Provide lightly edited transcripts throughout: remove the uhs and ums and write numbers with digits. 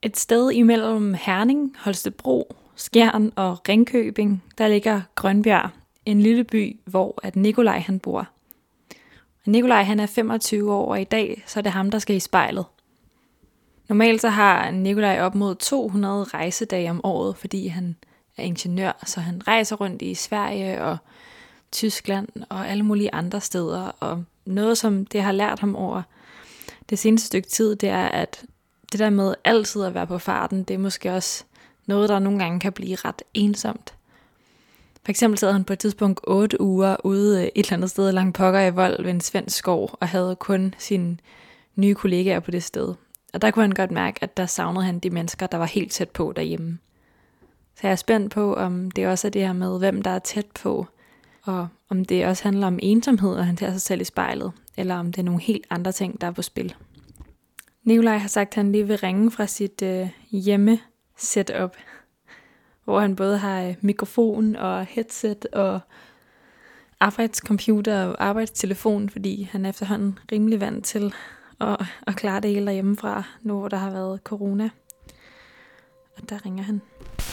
Et sted imellem Herning, Holstebro, Skjern og Ringkøbing, der ligger Grønbjerg, en lille by, hvor at Nikolaj han bor. Nikolaj han er 25 år, og i dag så er det ham, der skal i spejlet. Normalt så har Nikolaj op mod 200 rejsedage om året, fordi han er ingeniør, så han rejser rundt i Sverige og Tyskland og alle mulige andre steder. Og noget, som det har lært ham over det seneste stykke tid, det er, at det der med altid at være på farten, det er måske også noget, der nogle gange kan blive ret ensomt. For eksempel sad han på et tidspunkt 8 uger ude et eller andet sted langt pokker i Vold ved en svensk skov, og havde kun sine nye kollegaer på det sted. Og der kunne han godt mærke, at der savnede han de mennesker, der var helt tæt på derhjemme. Så jeg er spændt på, om det også er det her med, hvem der er tæt på, og om det også handler om ensomhed, når han tager sig selv i spejlet, eller om det er nogle helt andre ting, der er på spil. Nikolaj har sagt, at han lige vil ringe fra sit hjemme-setup, hvor han både har mikrofon og headset og arbejdscomputer og arbejdstelefon, fordi han er efterhånden rimelig vant til at klare det hele derhjemmefra, nu hvor der har været corona. Og der ringer han.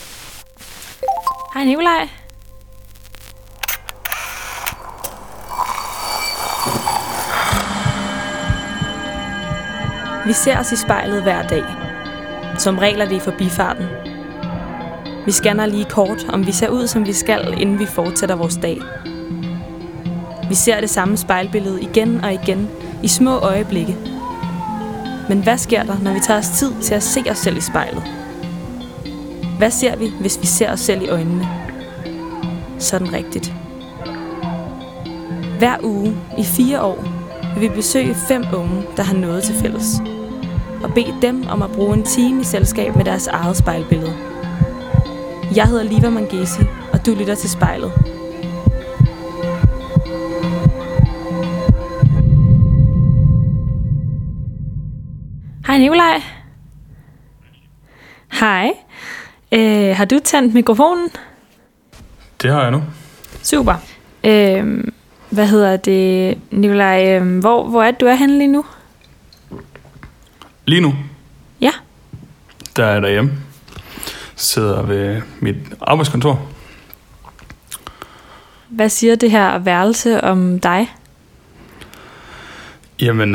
Hej Nikolaj. Vi ser os i spejlet hver dag. Som regel er det i forbifarten. Vi scanner lige kort, om vi ser ud, som vi skal, inden vi fortsætter vores dag. Vi ser det samme spejlbillede igen og igen, i små øjeblikke. Men hvad sker der, når vi tager os tid til at se os selv i spejlet? Hvad ser vi, hvis vi ser os selv i øjnene? Sådan rigtigt. Hver uge i 4 år vil vi besøge 5 unge, der har noget til fælles. Og bede dem om at bruge en time i selskab med deres eget spejlbillede. Jeg hedder Liva Mangesi, og du lytter til Spejlet. Hej Nikolaj. Hej. Har du tændt mikrofonen? Det har jeg nu. Super. Hvad hedder det, Nikolaj? Hvor er det, du er henne lige nu? Lige nu? Ja. Der er jeg derhjemme. Sidder ved mit arbejdskontor. Hvad siger det her værelse om dig? Jamen,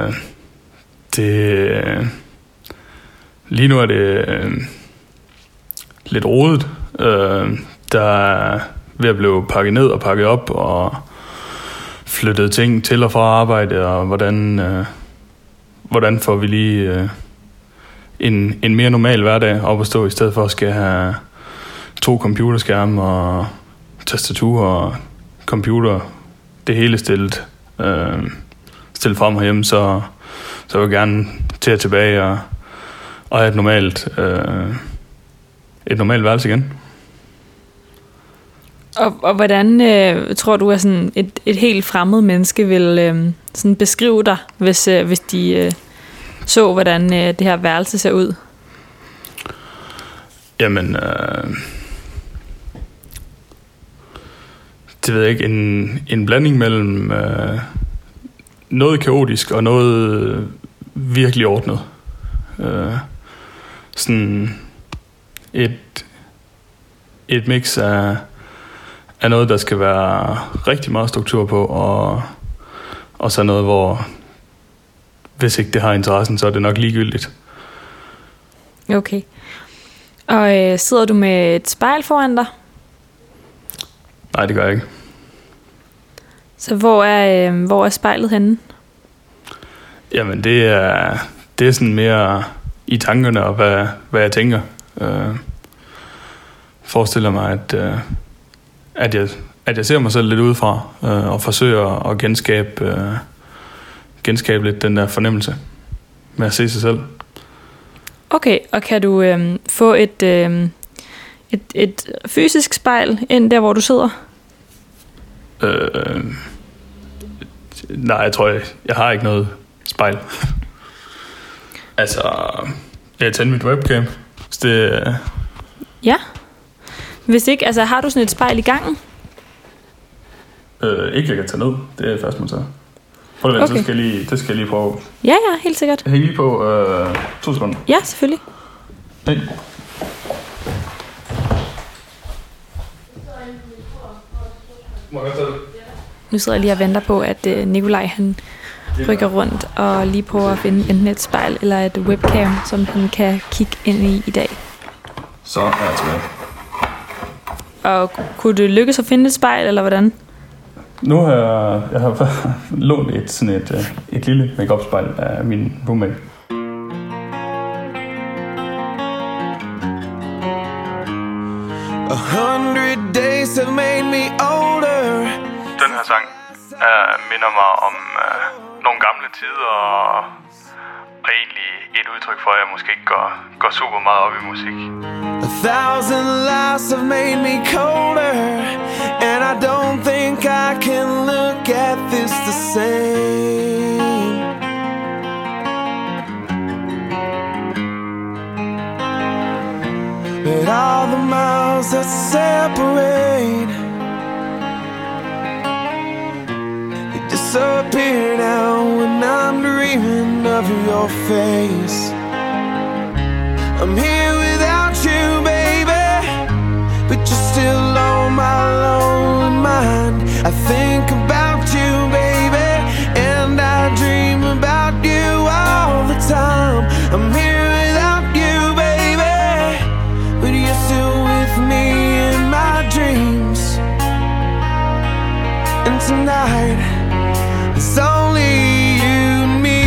lige nu er det lidt rodet. Der er ved at blive pakket ned og pakket op og flyttet ting til og fra arbejde, og hvordan får vi lige en mere normal hverdag op at stå, i stedet for at skal have 2 computerskærme og tastatur og computer, det hele stillet frem herhjemme, så vil jeg gerne til at tilbage og have et normalt værelse igen. Og hvordan tror du, at sådan et helt fremmed menneske vil sådan beskrive dig, hvis de så, hvordan det her værelse ser ud? Jamen, det ved jeg ikke, en blanding mellem noget kaotisk og noget virkelig ordnet. Sådan et mix af noget, der skal være rigtig meget struktur på, og så noget, hvor hvis ikke det har interessen, så er det nok ligegyldigt. Okay. Og sidder du med et spejl foran dig? Nej, det gør jeg ikke. Så hvor er spejlet henne? Jamen, det er sådan mere i tankerne, og hvad jeg tænker. Forestiller mig, at jeg ser mig selv lidt udefra, og forsøger at genskabe lidt den der fornemmelse med at se sig selv. Okay, og kan du få et fysisk spejl ind der, hvor du sidder? Nej, jeg tror, jeg har ikke noget spejl. Altså, jeg tænder mit webcam. Det... Ja. Hvis ikke, altså har du sådan et spejl i gangen? Ikke, jeg kan tage ned. Det er først, man tager. Prøv at vente, okay. Det skal jeg lige prøve. Ja, helt sikkert. Jeg hænger lige på 2 sekunder. Ja, selvfølgelig. Hey. Nu sidder jeg lige og venter på, at Nikolaj han rykker rundt og lige prøver at finde enten et spejl eller et webcam, som han kan kigge ind i dag. Så er jeg tilbage. Og kunne det lykkes at finde et spejl, eller hvordan? Nu har jeg lånt sådan et lille make-up-spejl af min roommate. Days have made me older. Den her sang minder mig om nogle gamle tider og egentlig et udtryk for, at jeg måske ikke går super meget op i musik. 1,000 lies have made me colder, and I don't think I can look at this the same. But all the miles that separate, they disappear now when I'm dreaming of your face. I'm here without you, baby, but you're still on my lonely mind. I think about you, baby, and I dream about you all the time. I'm here without you, baby, but you're still with me in my dreams. And tonight, it's only you and me.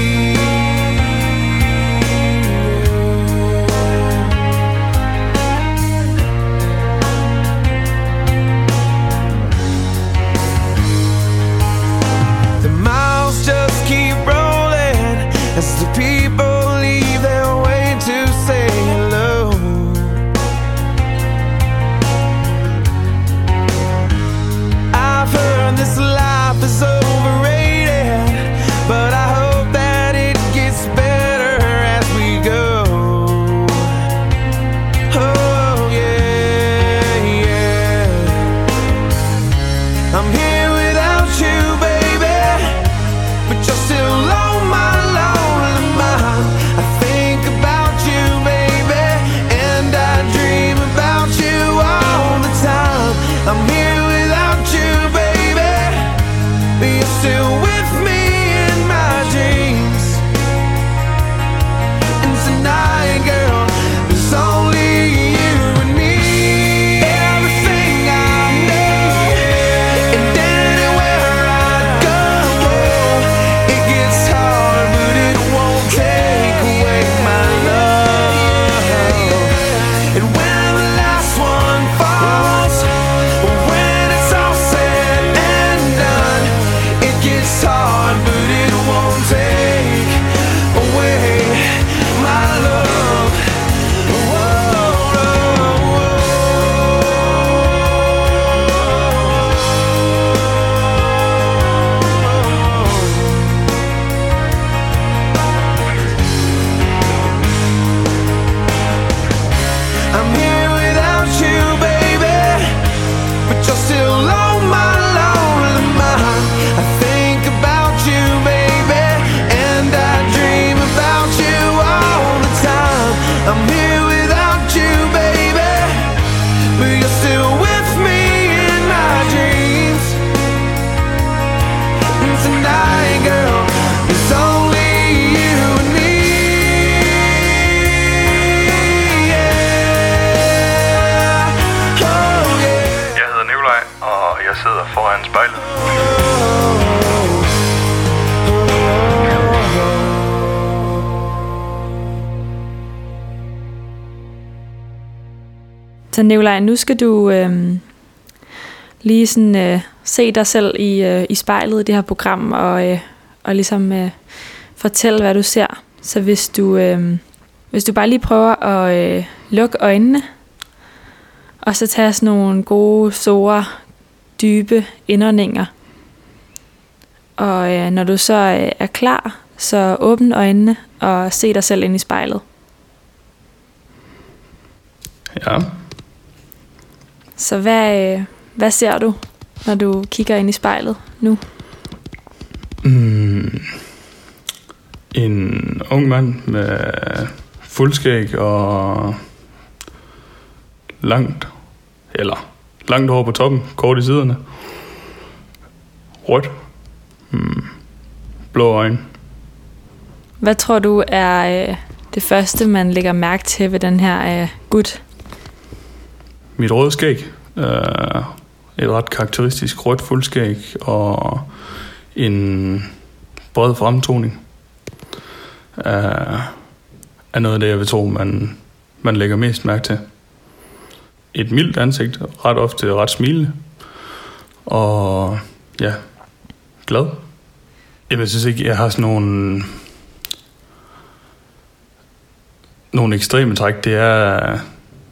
The miles just keep rolling as the people leave their way to say hello. I've heard this life is overrated, but I hope that it gets better as we go. Oh yeah, yeah. I'm here without you, baby, but you're still on my lonely mind. I think about you, baby, and I dream about you all the time. I'm here without you, baby, but you're still with me in my dreams. And tonight, girl, there's only you and me. Everything I know, and anywhere I go, it gets hard, but it won't take away my love. And when the last one falls, when it's all said and done, it gets hard, but it won't take away my love. I'm here without you, baby, but you're still on my lonely mind. I think about you, baby, and I dream about you all the time. I'm here without you, baby, but you're still with me in my dreams. And tonight, girl, it's only you and me. Yeah. Oh, yeah. Jeg hedder Nikolaj, og jeg sidder foran spejlet. Så Nikolaj, nu skal du lige sådan se dig selv i spejlet i det her program, og ligesom fortælle, hvad du ser. Så hvis du bare lige prøver at lukke øjnene, og så tage sådan nogle gode, store, dybe indåndinger. Og når du så er klar, så åbn øjnene og se dig selv ind i spejlet. Ja. Så hvad ser du, når du kigger ind i spejlet nu? En ung mand med fuldskæg og langt hår på toppen, kort i siderne. Rødt. Blå øjne. Hvad tror du er det første, man lægger mærke til ved den her gut? Mit røde skæg. Et ret karakteristisk rødt fuldskæg og en bred fremtoning er noget af det, jeg vil tro, man lægger mest mærke til. Et mildt ansigt, ret ofte ret smilende, og ja, glad. Jeg synes ikke, jeg har sådan nogle ekstreme træk. Det er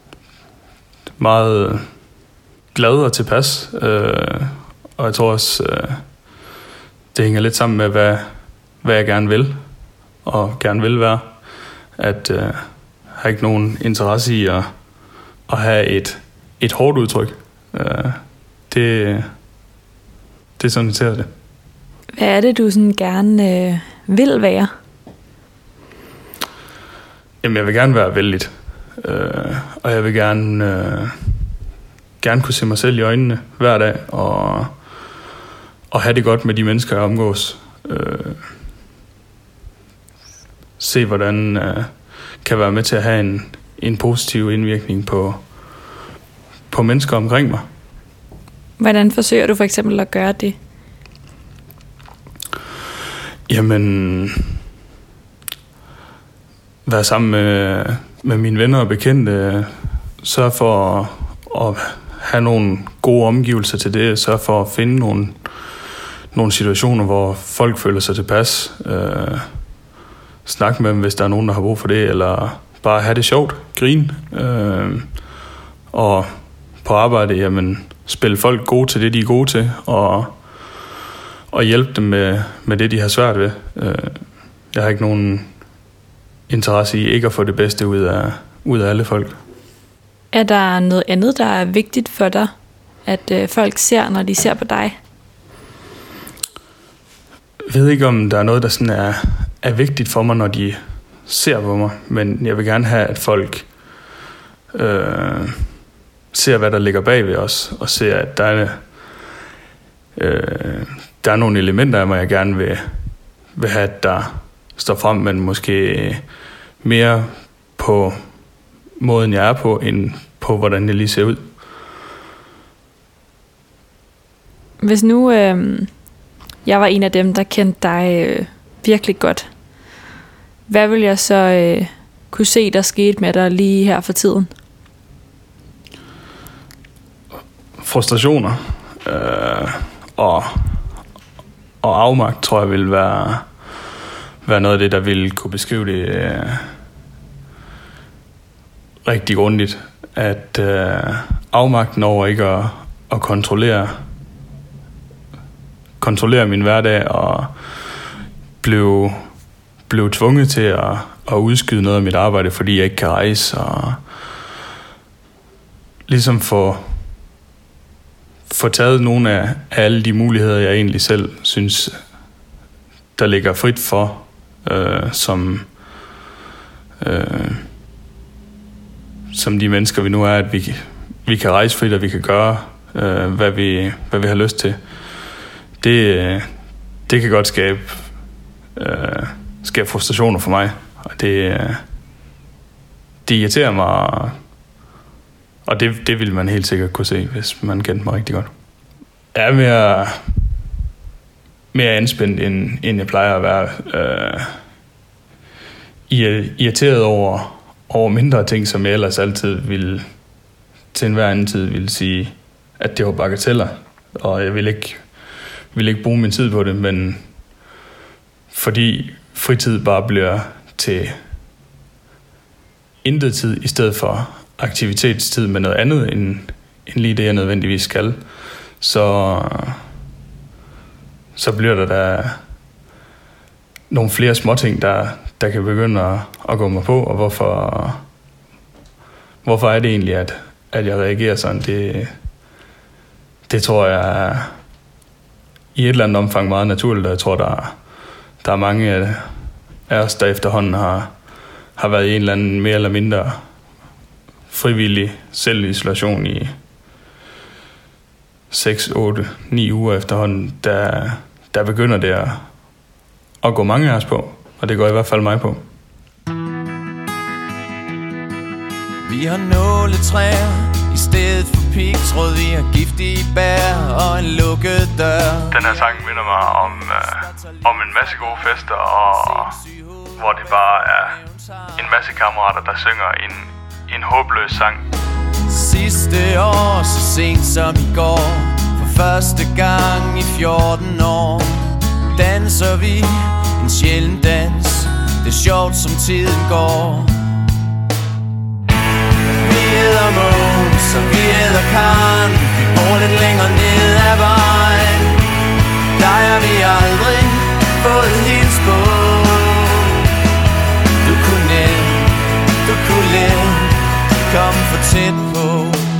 meget glad og tilpas, og jeg tror også, det hænger lidt sammen med, hvad jeg gerne vil, og gerne vil være. At jeg har ikke nogen interesse i at have et hårdt udtryk. Det er sådan, jeg ser det. Hvad er det, du sådan gerne vil være? Jamen, jeg vil gerne være vældigt. Og jeg vil gerne kunne se mig selv i øjnene hver dag, og have det godt med de mennesker, jeg omgås. Se, hvordan kan være med til at have en positiv indvirkning på mennesker omkring mig. Hvordan forsøger du for eksempel at gøre det? Jamen, være sammen med mine venner og bekendte, sørge for at have nogle gode omgivelser til det, sørge for at finde nogle situationer, hvor folk føler sig tilpas, snakke med dem, hvis der er nogen, der har brug for det, eller bare have det sjovt, grine, og på arbejde, jamen, spille folk gode til det, de er gode til, og hjælpe dem med det, de har svært ved. Jeg har ikke nogen interesse i ikke at få det bedste ud af alle folk. Er der noget andet, der er vigtigt for dig, at folk ser, når de ser på dig? Jeg ved ikke, om der er noget, der sådan er vigtigt for mig, når de ser på mig, men jeg vil gerne have, at folk ser, hvad der ligger bag ved os, og ser, at der er nogle elementer af mig, jeg gerne vil have, at der står frem, men måske mere på måden, jeg er på, end på, hvordan jeg lige ser ud. Hvis nu jeg var en af dem, der kendte dig virkelig godt, hvad vil jeg så kunne se, der skete med dig lige her for tiden? Frustrationer og afmagt, tror jeg, vil være noget af det, der vil kunne beskrive det rigtig grundigt. At afmagten over ikke at kontrollere min hverdag og blev tvunget til at udskyde noget af mit arbejde, fordi jeg ikke kan rejse, og ligesom få taget nogle af alle de muligheder, jeg egentlig selv synes, der ligger frit for, som de mennesker, vi nu er, at vi kan rejse frit, og vi kan gøre, hvad vi har lyst til. Det kan godt skabe frustrationer for mig, og det irriterer mig, og det vil man helt sikkert kunne se, hvis man kendte mig rigtig godt. Jeg er mere anspændt, end jeg plejer at være. Irriteret over mindre ting, som jeg ellers altid til enhver anden tid ville sige, at det var bagateller, og jeg ville ikke bruge min tid på det, men fordi fritid bare bliver til intet tid i stedet for aktivitetstid med noget andet end lige det, jeg nødvendigvis skal, så bliver der nogle flere småting, der kan begynde at gå mig på, og hvorfor er det egentlig, at jeg reagerer sådan? Det tror jeg er i et eller andet omfang meget naturligt, og jeg tror, der er mange af os, der efterhånden har har været i en eller anden mere eller mindre frivillig selvisolation i 6, 8, 9 uger efterhånden, der begynder det at gå mange af os på, og det går i hvert fald mig på. Vi har nåletræer i stedet for pigtråd. Vi har giftige bær og en lukket dør. Den her sang minder mig om en masse gode fester, og hvor det bare er en masse kammerater, der synger en håbløs sang. Sidste år, så sent som i går, for første gang i 14 år, danser vi en sjælden dans. Det er sjovt, som tiden går. Vi æder Måns, og vi æder Karen. Vi bor lidt længere ned ad vejen. Der har vi aldrig fået hils på. Du kunne let komme for tæt på.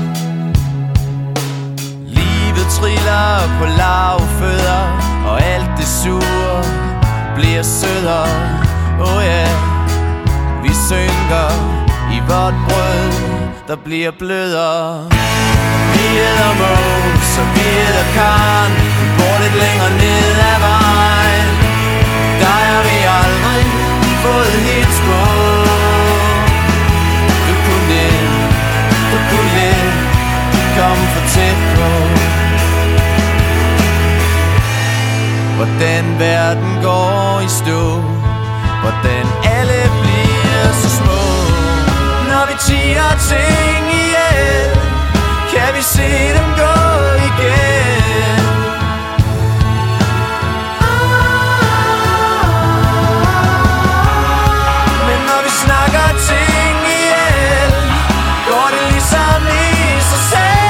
Livet triller på lavfødder, og alt det sure bliver sødere. Oh yeah, vi synker i vort brød, der bliver blødere. Vi æder Måns, og vi æder Karen. Vi bor lidt længere ned ad vejen. Der har vi aldrig fået hils på. Du kunne let komme for tæt på. Hvordan verden går i stå, hvordan alle bliver så små. Når vi tiger ting ihjel, kan vi se dem gå igen. Men når vi snakker ting ihjel, går det ligesom i sig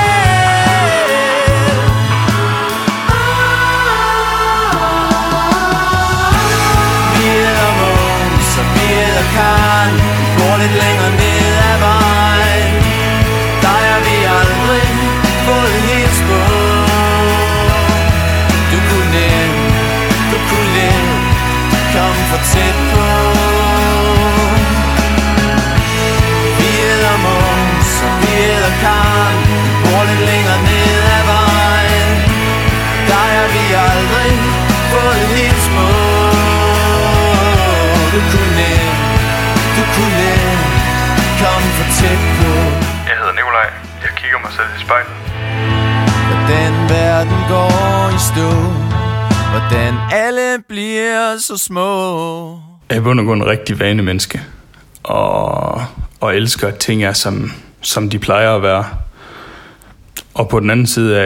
selv. Vi æder Måns, og vi æder Karen. Vi går lidt længere ned ad vejen. Der har vi aldrig fået hils på. Du kunne let komme for tæt på. Vi æder Måns, og vi æder Karen. Vi bor lidt længere ned ad vejen. Der har vi aldrig fået hils på. Du kunne let komme for tæt på. Jeg hedder Nikolaj. Jeg kigger mig selv i spejlet. Hvordan verden går i stå, hvordan alle bliver så små. Jeg er i bund og grund en rigtig vanemenneske, og elsker, at ting er, som de plejer at være. Og på den anden side er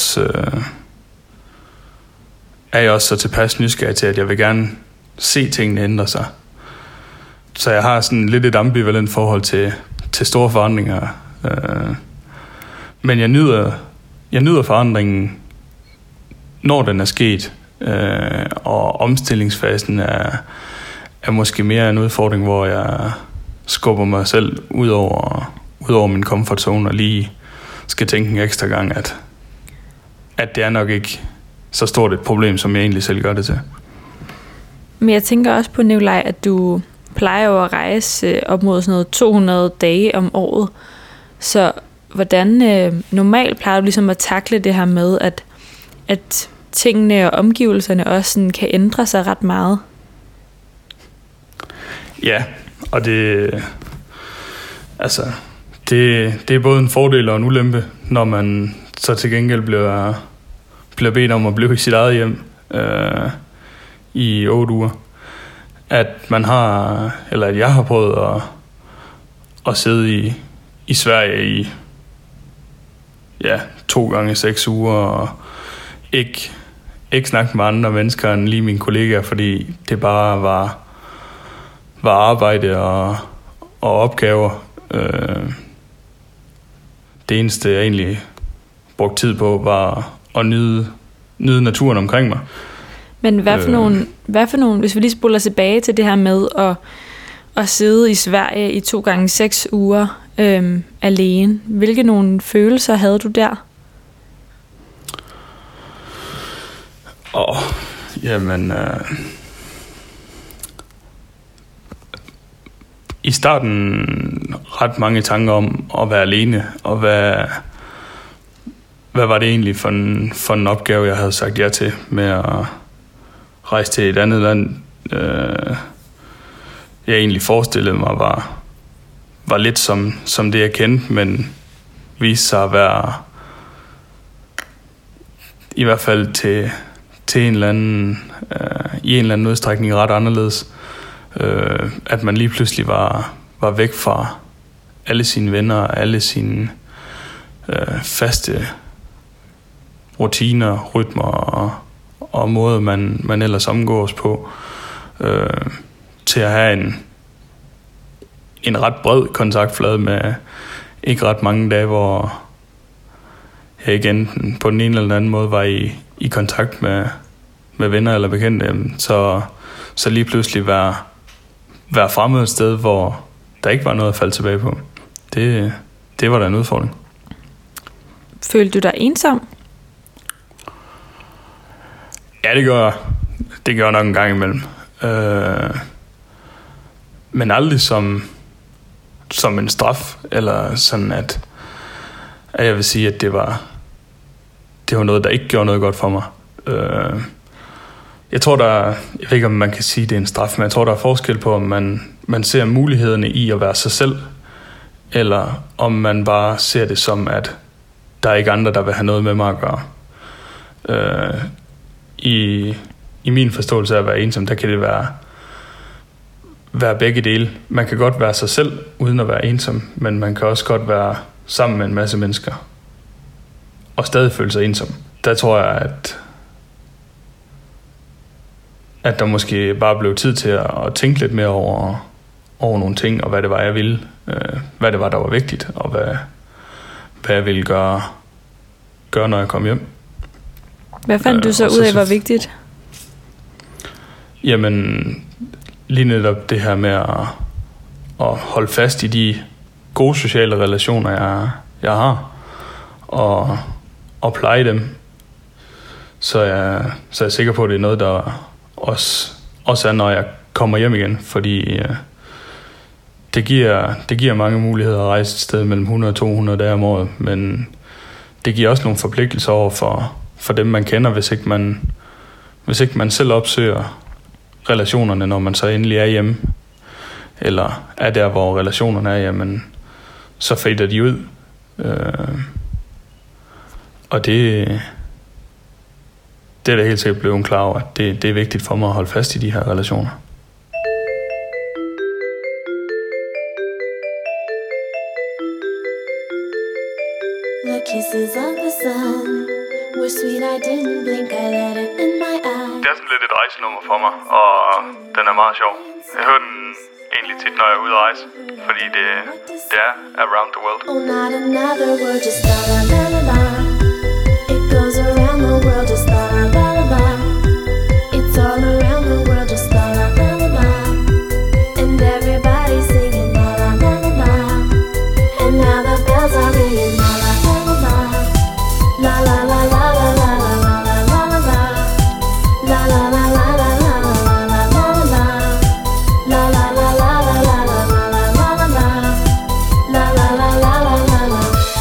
jeg også så tilpas nysgerrig til, at jeg vil gerne se tingene ændre sig. Så jeg har sådan lidt et ambivalent forhold til store forandringer. Men jeg nyder forandringen, når den er sket. Og omstillingsfasen er måske mere en udfordring, hvor jeg skubber mig selv ud over min comfort zone og lige skal tænke en ekstra gang, at det er nok ikke så stort et problem, som jeg egentlig selv gør det til. Men jeg tænker også på, Nikolaj, at du plejer jo at rejse op mod sådan noget 200 dage om året. Så hvordan normalt plejer du ligesom at takle det her med, at tingene og omgivelserne også sådan kan ændre sig ret meget? Ja, og det er både en fordel og en ulempe, når man så til gengæld bliver bedt om at blive i sit eget hjem i 8 uger. At jeg har prøvet at sidde i Sverige i 2 gange 6 uger og ikke snakke med andre mennesker end lige mine kollegaer, fordi det bare var arbejde og opgaver. Det eneste jeg egentlig brugte tid på var at nyde naturen omkring mig. Men hvad for nogle, hvis vi lige spoler tilbage til det her med at sidde i Sverige i 2 gange 6 uger alene, hvilke nogle følelser havde du der? i starten ret mange tanker om at være alene, og hvad var det egentlig for en opgave, jeg havde sagt ja til med at rejse til et andet land. Jeg egentlig forestillede mig var lidt som det, jeg kendte, men viste sig at være i hvert fald til en eller anden, i en eller anden udstrækning ret anderledes. At man lige pludselig var væk fra alle sine venner, alle sine faste rutiner, rytmer og måder, man ellers omgås på, til at have en ret bred kontaktflade med ikke ret mange dage, hvor jeg igen på den ene eller anden måde var i kontakt med venner eller bekendte. Så lige pludselig være fremme et sted, hvor der ikke var noget at falde tilbage på. Det var da en udfordring. Følte du dig ensom? Ja, det gør jeg. Det gør jeg nok en gang imellem. Men aldrig som en straf, eller sådan at jeg vil sige, at det var noget, der ikke gjorde noget godt for mig. Jeg tror, jeg ved ikke, om man kan sige, at det er en straf, men jeg tror, der er forskel på, om man ser mulighederne i at være sig selv, eller om man bare ser det som, at der er ikke andre, der vil have noget med mig at gøre. I min forståelse af at være ensom, der kan det være begge dele. Man kan godt være sig selv, uden at være ensom, men man kan også godt være sammen med en masse mennesker, og stadig føle sig ensom. Der tror jeg, at der måske bare blev tid til at tænke lidt mere over nogle ting, og hvad det var, jeg ville. Hvad det var, der var vigtigt, og hvad jeg ville gøre, når jeg kom hjem. Hvad fandt du så ud af, hvor vigtigt? Jamen, lige netop det her med at holde fast i de gode sociale relationer, jeg har, og pleje dem. Så jeg er sikker på, at det er noget, der også er, når jeg kommer hjem igen, fordi det giver mange muligheder at rejse et sted mellem 100 og 200 dage om året, men det giver også nogle forpligtelser over for dem, man kender, hvis ikke man selv opsøger relationerne, når man så endelig er hjemme, eller er der, hvor relationerne er, jamen, så fader de ud. Og det er da helt sikkert blevet klar over, at det er vigtigt for mig at holde fast i de her relationer. The kisses of the sun were sweet, I didn't blink, I let it in my eyes. Det er sådan lidt et rejsenummer for mig, og den er meget sjov. Jeg hører den egentlig tit, når jeg er ude at rejse, fordi det er around the world. Oh, not another word, just la la la la la. It goes around the world, just la la la la la. It's all around the world, just la la la la la. And everybody's singing la la la la la. And now the bells are ringing la la la la la. La la la la la la la la la la la. La la la la la la la la la la. La la la la la la la la la la. La la la la la la la.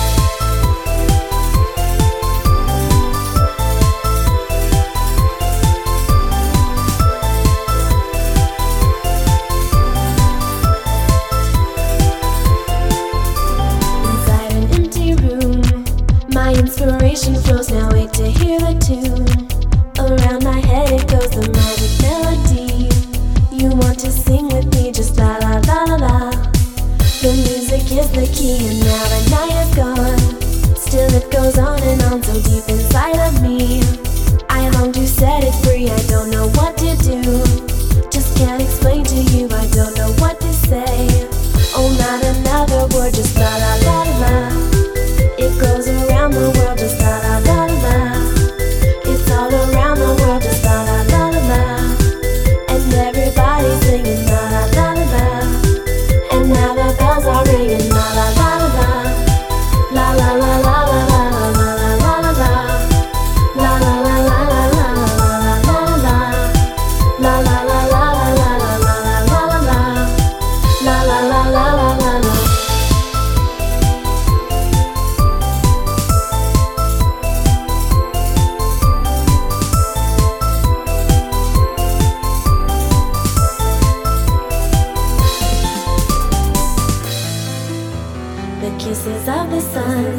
Inside an empty room, my inspiration flows. Now wait to hear the tune. Around my head it goes, the magic melody. You want to sing with me, just la la la la la. The music is the key, and now the night is gone. Still it goes on and on, so deep inside of me. I long to set it free, I don't know what to do. Just can't explain to you, I don't know what to say. Oh, not another word, just la la la la. It goes around the world, just la la la la. It's all around the world, just la la la la. And everybody's singing la la la la. And now the bells are ringing la la la la. La la la la la la la la la la. La la la la la la la la la. La la la la la la la la la. La la la the kisses of the sun.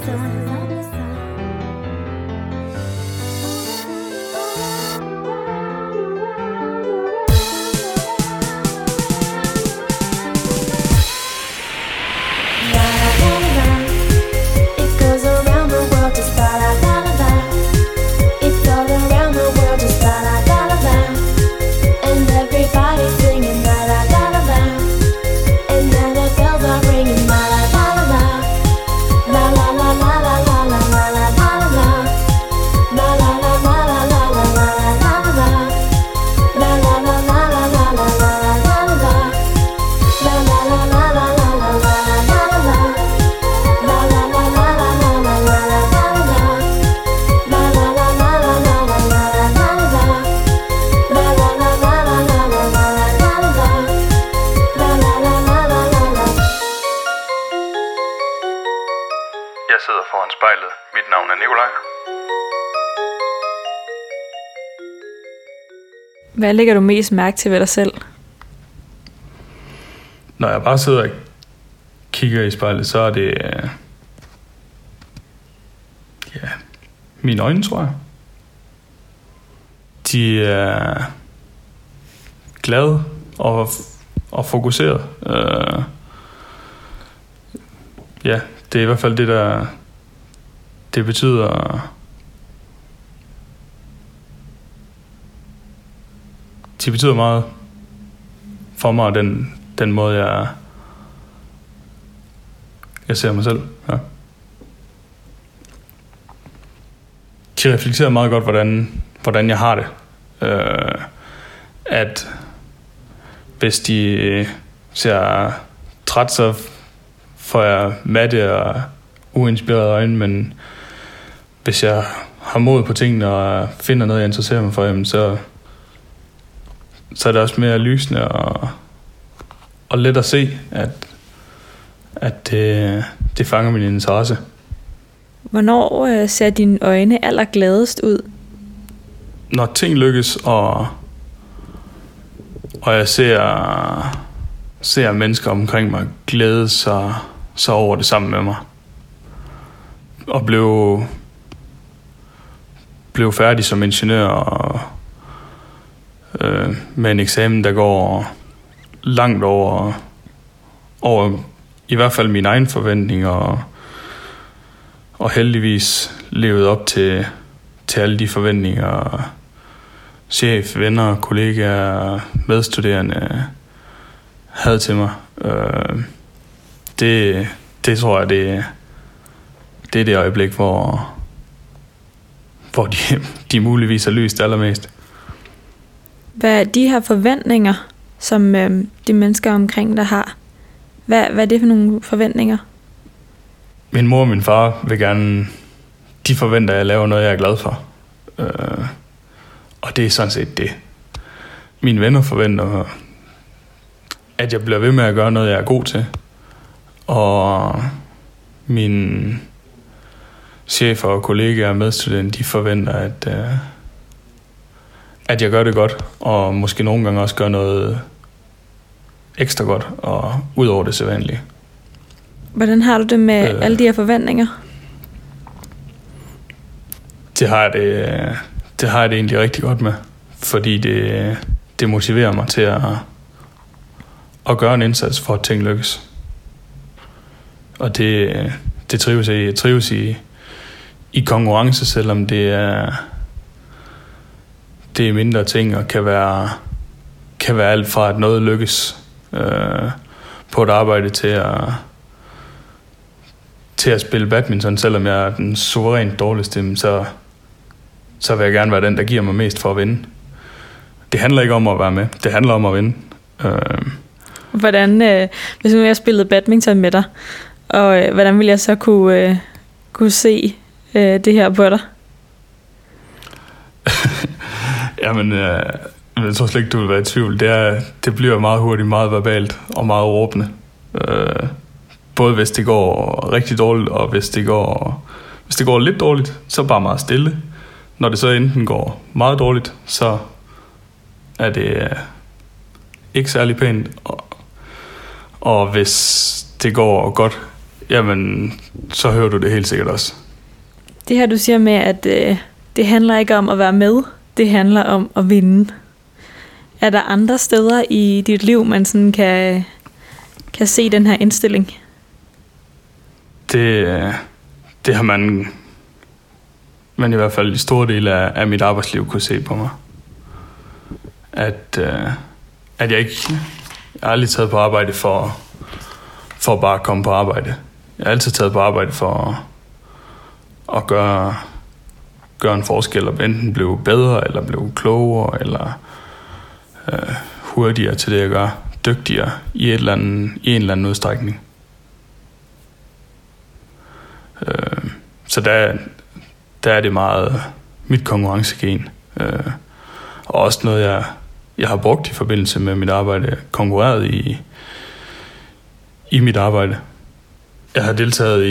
It goes around the world just la la la la la. It's all around the world just la la la la la. And everybody's singing la la la la la. And now the bells are ringing la la la la la. La la la la la la la la la la la. La la la la la la la la la la la. La la la la la la la la la la la. La la la la la la la la la la. La la la la la la la la la la. La la la la la la la la la la. La la la la la la la la la la. La la la la la la la. Jeg sidder foran spejlet. Mit navn er Nikolaj. Hvad lægger du mest mærke til ved dig selv? Når jeg bare sidder og kigger i spejlet, så er det mine øjne, tror jeg. De er glade og fokuseret. Det er i hvert fald det, der det betyder. De betyder meget for mig, den måde, jeg ser mig selv. Ja. De reflekterer meget godt, hvordan jeg har det. At hvis de ser træt, så får jeg matte og uinspirerede øjne, men hvis jeg har mod på tingene og finder noget, jeg interesserer mig for, jamen, så er det også mere lysende og let at se, at det fanger min interesse. Hvornår ser dine øjne allergladest ud? Når ting lykkes, og jeg ser mennesker omkring mig glæde sig så over det sammen med mig. Og blev færdig som ingeniør og med en eksamen, der går langt over i hvert fald mine egne forventninger, og heldigvis levet op til alle de forventninger, chef, venner, kollegaer, medstuderende havde til mig. Det tror jeg, det er det øjeblik, hvor de muligvis har lyst allermest. Hvad er de her forventninger, som de mennesker omkring dig har? Hvad er det for nogle forventninger? Min mor og min far vil gerne, de forventer, at jeg laver noget, jeg er glad for. Og det er sådan set det. Mine venner forventer, at jeg bliver ved med at gøre noget, jeg er god til. Og mine chefer og kollegaer og medstudenter, de forventer, at jeg gør det godt, og måske nogle gange også gør noget ekstra godt, og ud over det sædvanlige. Hvordan har du det med alle de her forventninger? Det har jeg det egentlig rigtig godt med, fordi det motiverer mig til at gøre en indsats for, at ting lykkes. Og det trives jeg i. Jeg trives i konkurrence, selvom det er mindre ting, og kan være alt fra, at noget lykkes på et arbejde til at spille badminton. Selvom jeg er den suverænt dårligste, så vil jeg gerne være den, der giver mig mest for at vinde. Det handler ikke om at være med, det handler om at vinde. Hvordan, hvis nu jeg spillede badminton med dig, og hvordan ville jeg så kunne se det her på dig? Jamen, jeg tror slet ikke, du vil være i tvivl. Det bliver meget hurtigt, meget verbalt og meget råbende. Både hvis det går rigtig dårligt, og hvis det går lidt dårligt, så bare meget stille. Når det så enten går meget dårligt, så er det ikke særlig pænt. Og hvis det går godt jamen, så hører du det helt sikkert også. Det her, du siger med, at det handler ikke om at være med, det handler om at vinde. Er der andre steder i dit liv, man sådan kan se den her indstilling? Det har man i hvert fald i store dele af mit arbejdsliv kunne se på mig. At jeg ikke... Jeg har aldrig taget på arbejde for bare at komme på arbejde. Jeg har altid taget på arbejde for at gøre en forskel, og enten blive bedre, eller blive klogere, eller hurtigere til det, jeg gør. Dygtigere i en eller anden udstrækning. Så der er det meget mit konkurrencegen. Og også noget, jeg har brugt i forbindelse med mit arbejde, konkurreret i mit arbejde. Jeg har deltaget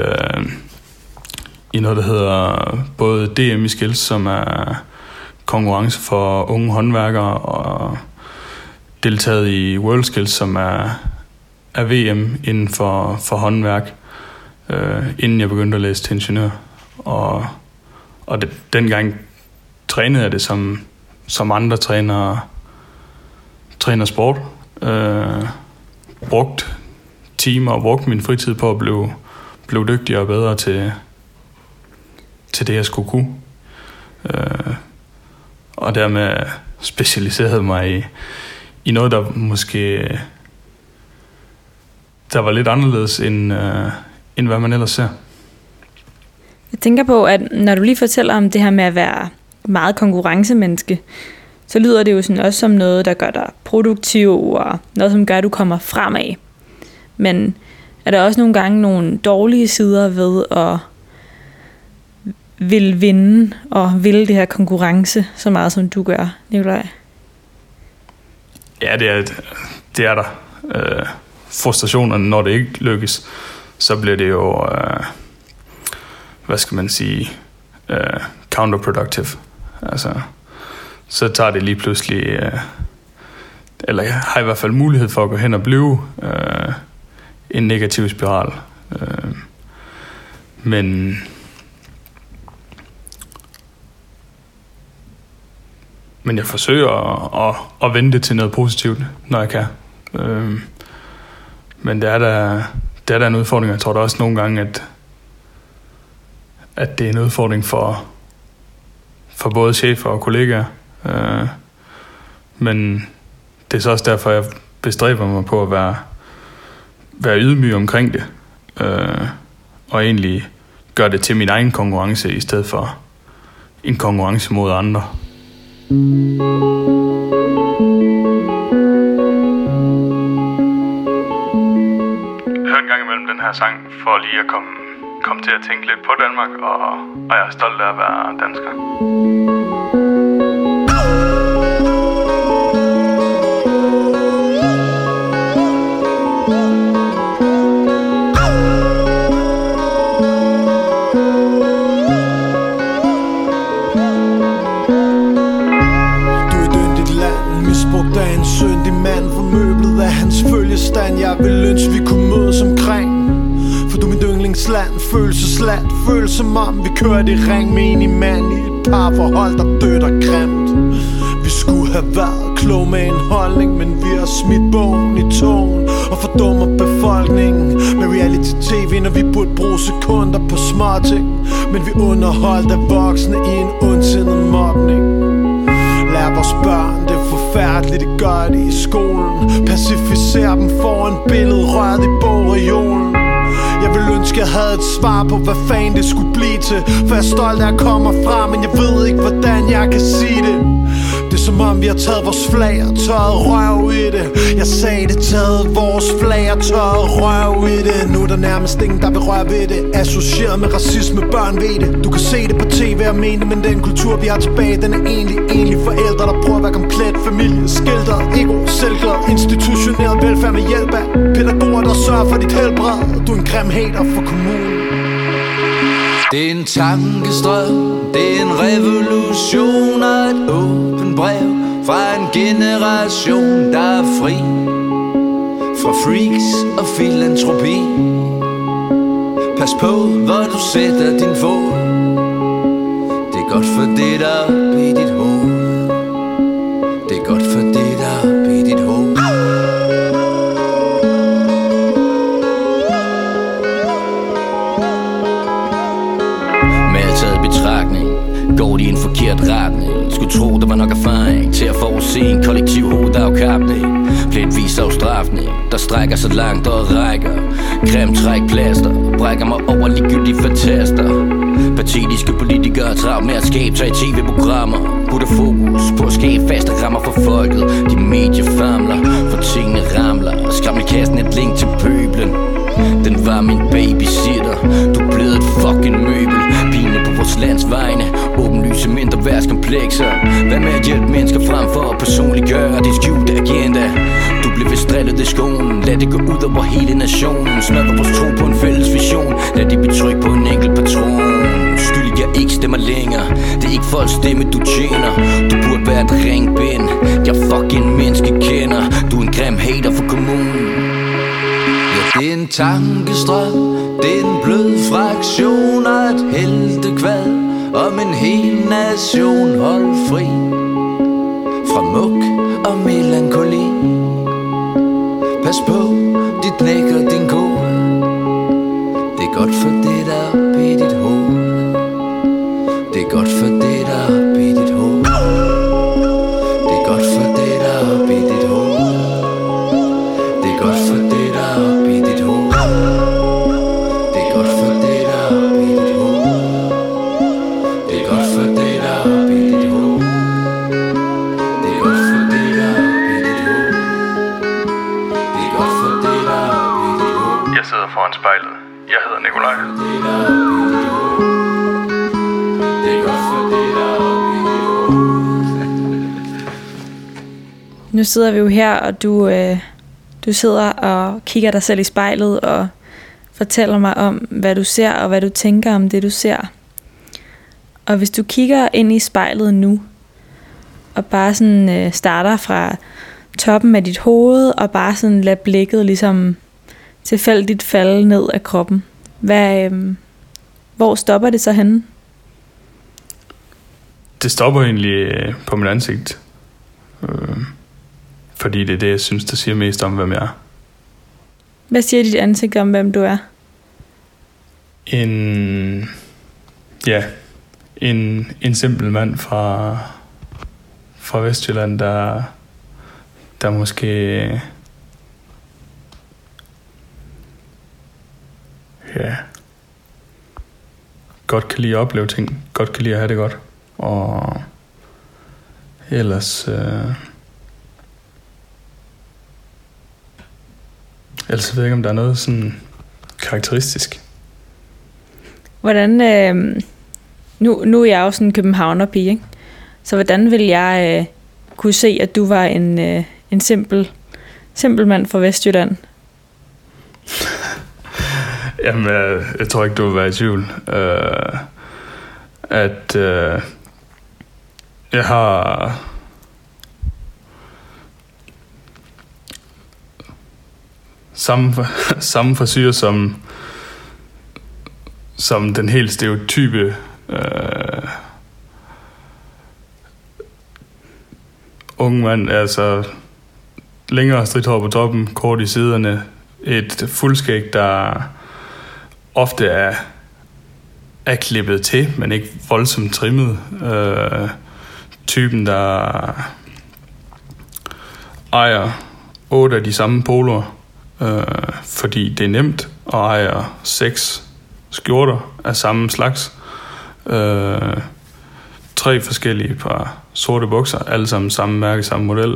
i noget, der hedder både DM i Skills, som er konkurrence for unge håndværkere, og deltaget i World Skills, som er VM inden for håndværk, inden jeg begyndte at læse til ingeniør. Og dengang trænede jeg det som andre træner sport. Brugt timer og brugt min fritid på at blive dygtigere og bedre til det, jeg skulle kunne. Og dermed specialiserede mig i noget, der måske der var lidt anderledes end hvad man ellers ser. Jeg tænker på, at når du lige fortæller om det her med at være meget konkurrencemenneske, så lyder det jo sådan også som noget, der gør dig produktiv, og noget, som gør, at du kommer fremad. Men er der også nogle gange nogle dårlige sider ved at vil vinde og vil det her konkurrence så meget, som du gør, Nikolaj? Ja, det er der. Frustrationerne, når det ikke lykkes, så bliver det jo, hvad skal man sige, counterproductive. Altså, så tager det lige pludselig, eller jeg har i hvert fald mulighed for at gå hen og blive en negativ spiral. Men jeg forsøger at vende det til noget positivt, når jeg kan. Men det er der en udfordring. Jeg tror da også nogle gange, at det er en udfordring for både chefer og kollegaer. Men det er så også derfor, jeg bestræber mig på at være ydmyg omkring det. Og egentlig gøre det til min egen konkurrence, i stedet for en konkurrence mod andre. Jeg hørte en gang imellem den her sang, for lige at komme til at tænke lidt på Danmark, og jeg er stolt af at være dansker. Misbrugt af en syndig mand, formøblet af hans følgestand. Jeg vil ønske, vi kunne mødes omkring, for du er mit yndlingsland. Følelsesland, føles som om vi kørte i ring med en mand i et parforhold, der dødt og grimt. Vi skulle have været klog med en holdning, men vi har smidt bogen i togen og fordummer befolkningen med reality-tv, når vi burde bruge sekunder på småting. Men vi underholdt af voksne i en ondsindet mobning. Lær vores børn, det er forfærdeligt, det gør det i skolen. Pacificer dem foran billedet, rørt i bogreolen. Jeg vil ønske, jeg havde et svar på, hvad fanden det skulle blive til. For jeg er stolt af at komme fra, men jeg ved ikke, hvordan jeg kan sige det. Det er som om vi har taget vores flag og tørret røv i det. Jeg sagde det, taget vores flag og tørret røv i det. Nu er der nærmest ingen, der vil røre ved det. Associeret med racisme, børn ved det. Du kan se det på tv og mene det, men den kultur vi har tilbage, den er egentlig forældre, der prøver at være komplet familie. Skilter, ego, selvglad, institutionel velfærd med hjælp af pædagoger, der sørger for dit helbred. Du er en grim hater for kommunen. Det er en tankestrøm, det er en revolution og et åbent brev fra en generation, der er fri fra freaks og filantropi. Pas på, hvor du sætter din fod. Det er godt for det, der er oppe i dit hoved. Det er godt for det, der er oppe i dit hoved. Med alt taget i betragtning går de i en forkert retning. Skulle tro, der var nok erfaring til at forudse en kollektiv hovedafkapning. Pletvis afstrafning, der strækker så langt og rækker. Grim trækplaster, brækker mig over ligegyldige fantaster. Patetiske politikere travlt med at skabe sig i tv-programmer. Putter fokus på at skabe faste rammer for folket. De mediefamler, for tingene ramler. Skrammelkassen et link til pøblen. Den var min babysitter. Du er blevet et fucking møbel. Pine på vores lands vegne. Åbenlyse mindre værtskomplekser. Hvad med at hjælpe mennesker frem for at personliggøre din skjulte agenda? Du blev vist drillet i skolen. Lad det gå ud over hele nationen. Smadrer vores tro på en fælles vision. Lad det blive tryk på en enkelt patron. Skyld jeg ikke stemmer længere. Det er ikke folks stemme du tjener. Du burde være et ringbind. Jeg fucking menneske kender. Du er en grim hater for kommunen. Det er en tankestrøm, det er en blød fraktion af et heltekvad om en hel nation. Hold fri fra muk og melankoli. Pas på, dit knækker din kode. Det er godt for det, der er oppe i dit hoved. Det er godt for det, der er oppe i dit hoved. Det er godt for det, der er oppe i dit hoved. Det er godt for det, der er oppe i dit hoved. Det er godt for det, der er oppe i dit hoved. Det er godt for det, der er oppe i dit hoved. Det er godt for det, der er oppe i dit hoved. Det er godt for det, der er oppe i dit hoved. Jeg sidder foran spejlet. Jeg hedder Nikolaj. Det der er oppe i dit hoved. Det er godt for det, der er oppe i dit hoved. Nu sidder vi jo her, og du sidder og kigger dig selv i spejlet og fortæller mig om, hvad du ser og hvad du tænker om det, du ser. Og hvis du kigger ind i spejlet nu, og bare sådan starter fra toppen af dit hoved, og bare sådan lader blikket ligesom tilfældigt falde ned af kroppen, hvor stopper det så henne? Det stopper egentlig på mit ansigt. Fordi det er det, jeg synes, der siger mest om, hvem jeg er. Hvad siger dit ansigt om, hvem du er? En simpel mand fra Vestjylland, der måske godt kan lide at opleve ting, godt kan lide at have det godt, og ellers ved jeg ikke, om der er noget sådan karakteristisk. Hvordan, nu er jeg jo sådan en københavnerpige, ikke? Så hvordan vil jeg kunne se, at du var en simpel mand fra Vestjylland? Jamen, jeg tror ikke, du vil være i tvivl. Jeg har samme frisyr som den helt stereotype unge mand, altså længere stridthår på toppen, kort i siderne, et fuldskæg, der ofte er klippet til, men ikke voldsomt trimmet. Typen, der ejer 8 af de samme poloer, fordi det er nemt, og ejer 6 skjorter af samme slags. 3 forskellige par sorte bukser, alle sammen samme mærke, samme model.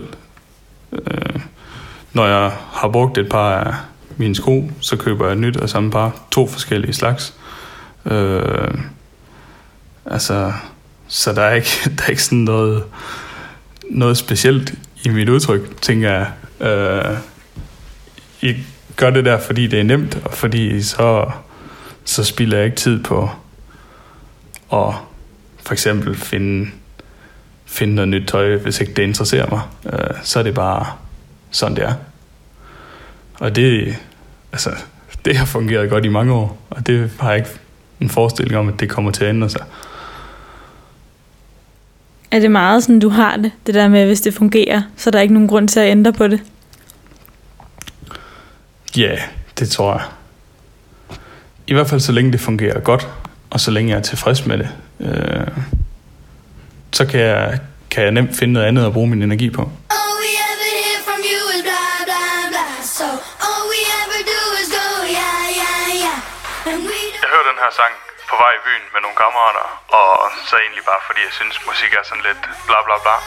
Når jeg har brugt et par af mine sko, så køber jeg et nyt af samme par, 2 forskellige slags. Så der er ikke sådan noget specielt i mit udtryk, tænker jeg. I gør det der, fordi det er nemt, og fordi så spilder jeg ikke tid på at for eksempel finde noget nyt tøj, hvis ikke det interesserer mig. Så er det bare sådan, det er. Og det det har fungeret godt i mange år, og det har jeg ikke en forestilling om, at det kommer til at ændre sig. Er det meget sådan, du har det der med, hvis det fungerer, så er der ikke nogen grund til at ændre på det? Ja, det tror jeg. I hvert fald så længe det fungerer godt, og så længe jeg er tilfreds med det, så kan jeg nemt finde noget andet at bruge min energi på. Jeg hørte den her sang på vej i byen med nogle kammerater, og så egentlig bare fordi jeg synes musik er sådan lidt bla bla bla.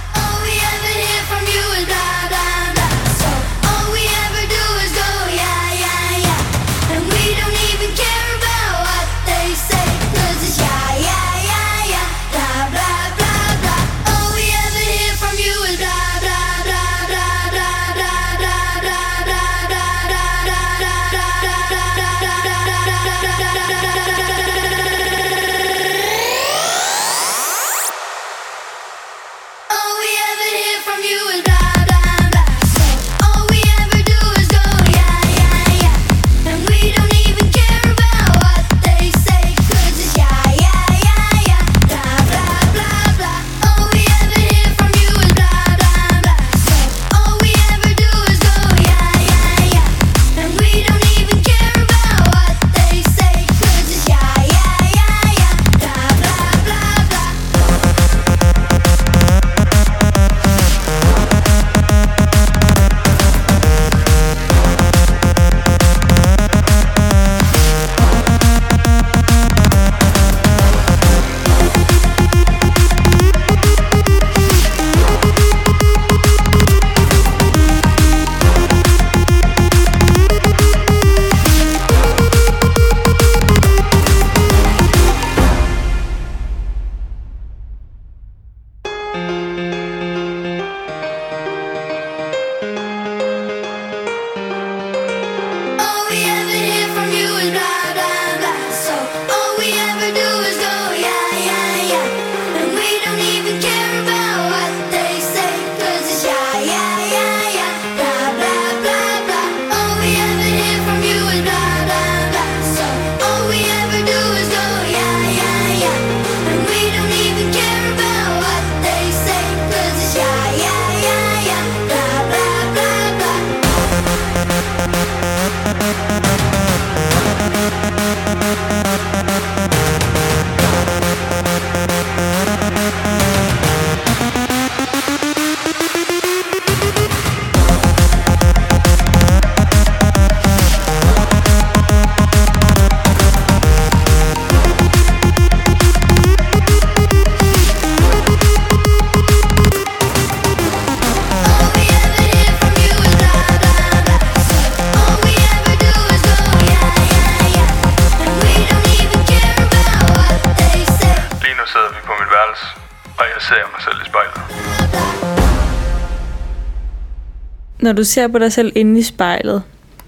Når du ser på dig selv inde i spejlet,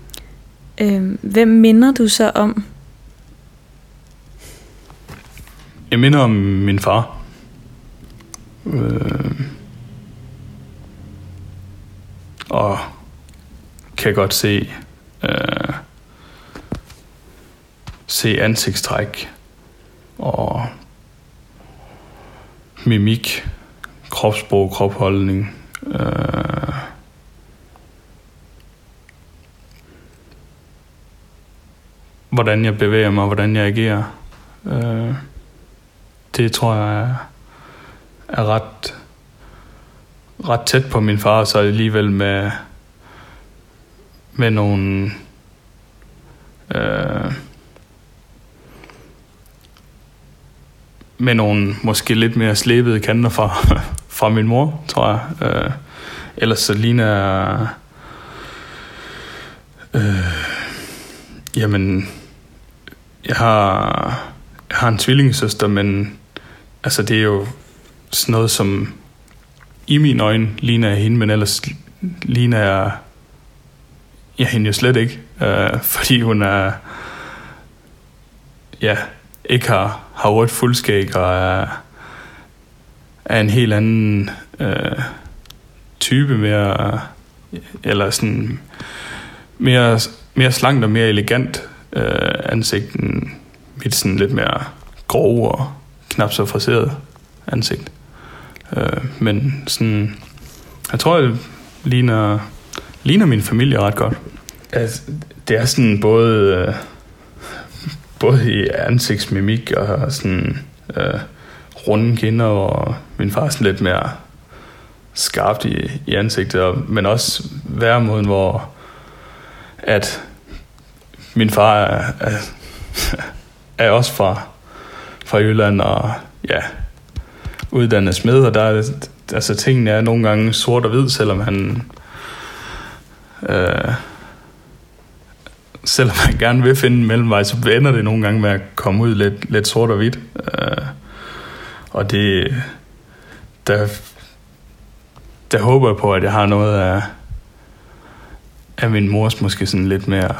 hvem minder du så om? Jeg minder om min far. Og kan godt se ansigtstræk og mimik, kropssprog, kropholdning. Hvordan jeg bevæger mig, hvordan jeg agerer. Det tror jeg er ret tæt på min far, så alligevel med nogle med nogle måske lidt mere slebede kanter fra min mor, tror jeg. Ellers så ligner jamen jeg har en tvillingesøster, men altså det er jo sådan noget som i mine øjne ligner jeg hende, men ellers ligner jeg hende jo slet ikke, fordi hun er ikke har rødt fuldskæg og er en helt anden type mere, eller sådan mere mere slankt og mere elegant ansigt end mit sådan lidt mere grove og knap så friseret ansigt. Men sådan, jeg tror, det ligner min familie ret godt. Altså, det er sådan både i ansigtsmimik og sådan runde kinder, og min far er sådan lidt mere skarpt i ansigtet, men også væremåden, hvor at min far er også fra Jylland, og ja, uddannet smed, og der er, altså tingene er nogle gange sort og hvid, selvom han selvom man gerne vil finde en mellemvej, så ender det nogle gange med at komme ud lidt sort og hvidt. Og det der håber jeg på, at jeg har noget af min mors måske sådan lidt mere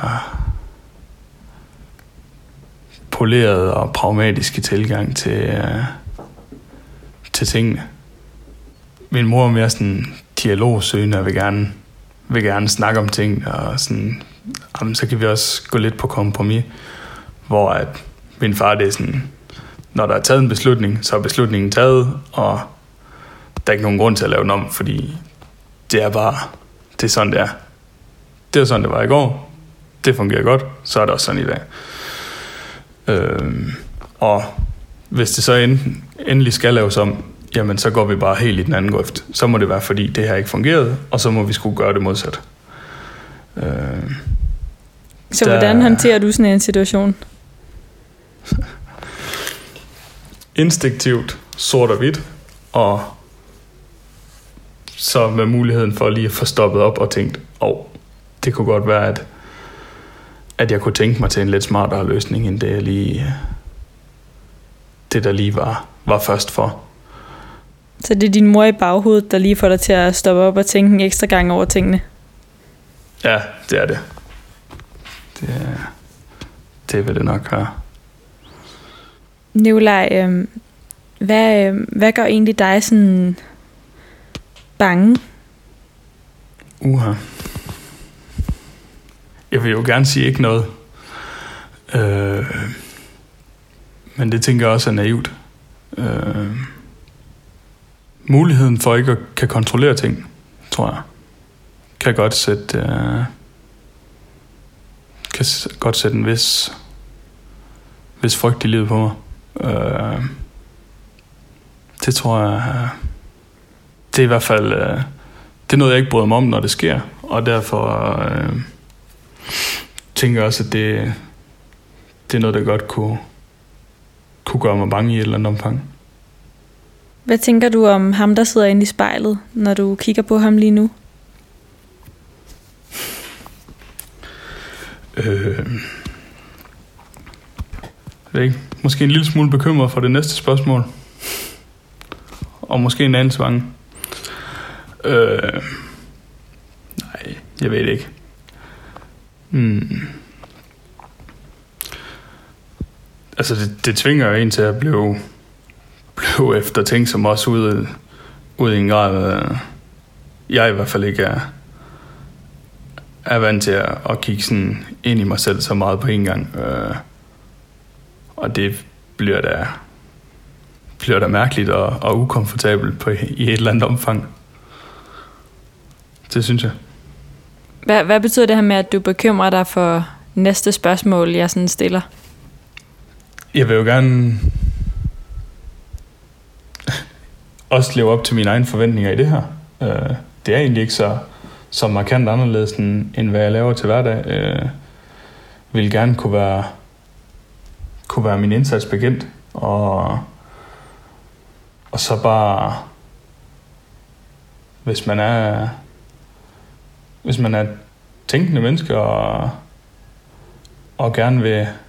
poleret og pragmatiske tilgang til tingene. Min mor er mere sådan dialogsøgende og vil gerne snakke om ting, og sådan, jamen, så kan vi også gå lidt på kompromis, hvor at min far, det er sådan, når der er taget en beslutning, så er beslutningen taget, og der er ikke nogen grund til at lave den om, fordi det er sådan det er. Det er sådan det var i går, det fungerer godt, så er det også sådan i dag. Og hvis det så endelig skal laves om, jamen så går vi bare helt i den anden grøft. Så må det være, fordi det her ikke fungerede, og så må vi skulle gøre det modsat. Så hvordan håndterer du sådan en situation? Instinktivt, sort og hvidt, og så med muligheden for lige at få stoppet op og tænkt, det kunne godt være, at jeg kunne tænke mig til en lidt smartere løsning, end det der lige var først for. Så det er din mor i baghovedet, der lige får dig til at stoppe op og tænke en ekstra gang over tingene? Ja, det er det. Det vil det nok være. Nikolaj, hvad gør egentlig dig sådan bange? Jeg vil jo gerne sige ikke noget. Men det tænker jeg også er naivt. Muligheden for ikke at kan kontrollere ting, tror jeg, kan godt sætte en vis frygt i livet på mig. Det tror jeg, det er i hvert fald, det er noget, jeg ikke bryder mig om, når det sker, og derfor tænker jeg også, at det er noget, der godt kunne gøre mig bange i et eller andet omfang. Hvad tænker du om ham, der sidder inde i spejlet, når du kigger på ham lige nu? Måske en lille smule bekymret for det næste spørgsmål. Og måske en anden bange. Nej, jeg ved det ikke. Altså det tvinger jo en til at blive eftertænksom også ud i en grad, jeg i hvert fald ikke er vant til at kigge sådan ind i mig selv så meget på en gang. Og det bliver da mærkeligt og ukomfortabelt i et eller andet omfang. Det synes jeg. Hvad betyder det her med, at du bekymrer dig for næste spørgsmål, jeg sådan stiller? Jeg vil jo gerne også leve op til mine egne forventninger i det her. Det er egentlig ikke så markant anderledes, end hvad jeg laver til hverdag. Vil gerne kunne være min indsats bekendt, og så bare, hvis man er tænkende menneske og gerne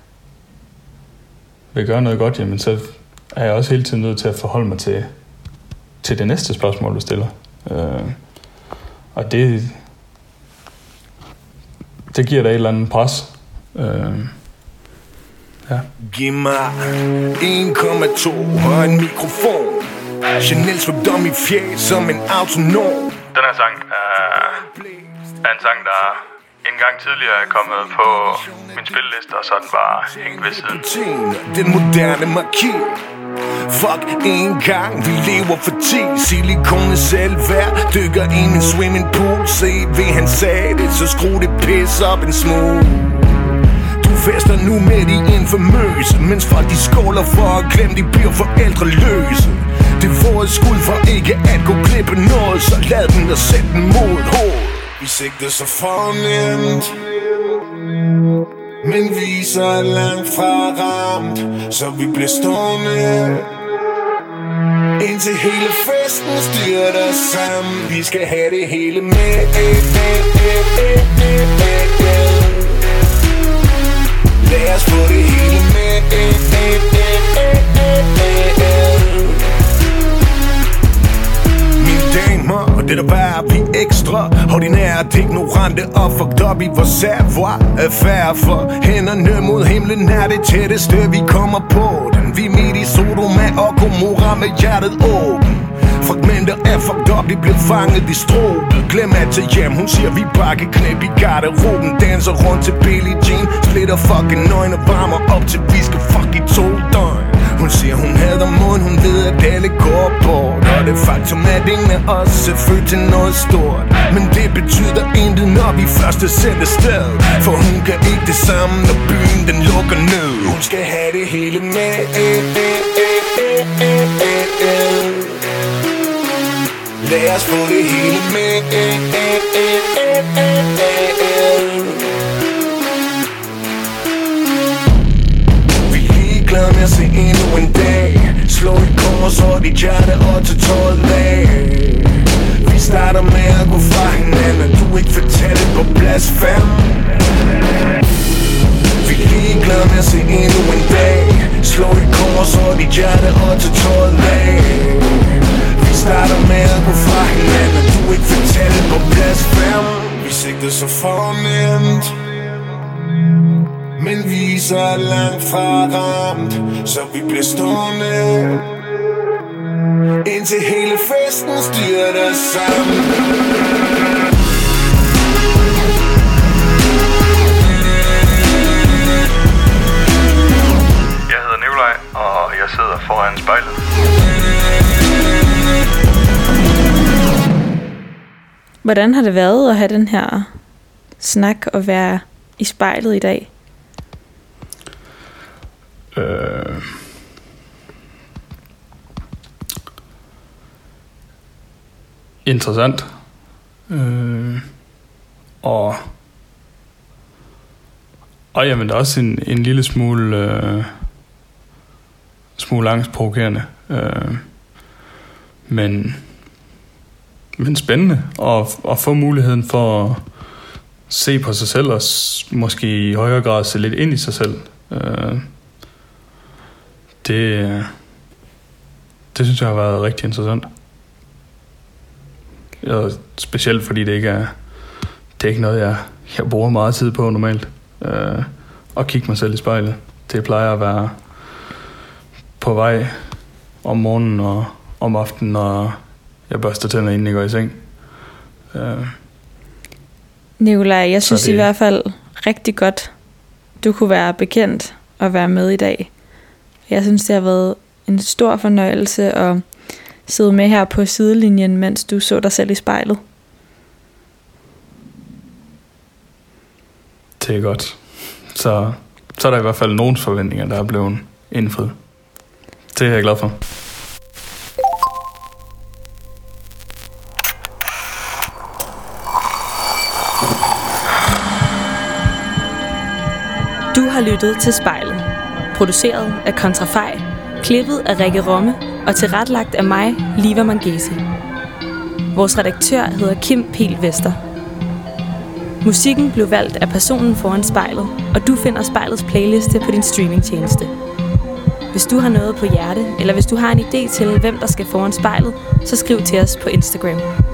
vil gøre noget godt, jamen så er jeg også hele tiden nødt til at forholde mig til det næste spørgsmål, du stiller. Og det giver da et eller andet pres. Ja. Giv mig 1,2 og en mikrofon. Chanel svøbte om i fjæs som en autonom. Den her sang er en sang, der en gang tidligere er kommet på min spilleliste, og så er den bare hængt ved siden. Den moderne marki. Fuck en gang, vi lever for 10. Silikone selvværd, dykker i min swimmingpool. Se, ved han sagde det, så skru det pis op en smule. Du fester nu med de infamøse, mens folk de skåler for at glemme, de bliver forældreløse. Det er vores skyld for ikke at gå glip af noget, så lad den og sæt den mod hovedet. Vi sigter så fornemt, men vi så langt fra ramt, så vi bliver stående indtil hele festen styrter sammen. Vi skal have det hele med. Lad os få det hele med. Mine damer, og det der bare vi ekstra ordinære, ignorante og fucked up i vores savoir-faire. For hænderne mod himlen er det tætteste vi kommer på den. Vi er midt i Sodoma og Gomorra med hjertet åben. Fragmenter af fucked up, de blev fanget i strobet. Glem at tage hjem, hun siger vi bare kan knæppe i garderoben. Danser rundt til Billie Jean, splitter fucking nøgen og varmer op til vi skal fuck i 2 døgn. Hun siger hun hader måden, hun ved at alle går bort. Og det faktum at ingen af os er født til noget stort. Men det betyder intet når vi først er sendt afsted. For hun kan ikke det samme når byen den lukker ned. Hun skal have det hele med. Lad os få det hele med. Vi er ligeglade med at se endnu en dag. Slå i kors og dit hjerte og til tåret af. Vi starter med at gå fra hinanden. Du ikke fortælle på plads 5. Vi er ligeglade med at se endnu en dag. Slå i kors og dit hjerte og til tåret af. Vi starter med at gå fra hinanden. Du ikke fortælle på plads 5. Vi sigter så fornemt, men vi er så langt fra ramt, så vi bliver stående indtil hele festen styrter sammen. Jeg hedder Nikolaj, og jeg sidder foran spejlet. Hvordan har det været at have den her snak og være i spejlet i dag? Interessant. Og jamen, der er også en lille smule angstprovokerende. Men spændende at få muligheden for at se på sig selv og måske i højere grad se lidt ind i sig selv. Det synes jeg har været rigtig interessant. Specielt fordi det er ikke noget jeg bruger meget tid på normalt. At kigge mig selv i spejlet. Det plejer at være på vej om morgenen og om aftenen, og jeg børster tænder inden jeg går i seng. Nikolaj, jeg synes i hvert fald rigtig godt, du kunne være bekendt og være med i dag. Jeg synes, det har været en stor fornøjelse at sidde med her på sidelinjen, mens du så dig selv i spejlet. Det er godt. Så er der i hvert fald nogens forventninger, der er blevet indfriet. Det er jeg glad for. Du har lyttet til Spejlet. Produceret af Kontrafej, klippet af Rikke Romme og tilrettelagt af mig, Liva Mangesi. Vores redaktør hedder Kim Pil Vester. Musikken blev valgt af personen foran spejlet, og du finder Spejlets playliste på din streamingtjeneste. Hvis du har noget på hjerte, eller hvis du har en idé til, hvem der skal foran spejlet, så skriv til os på Instagram.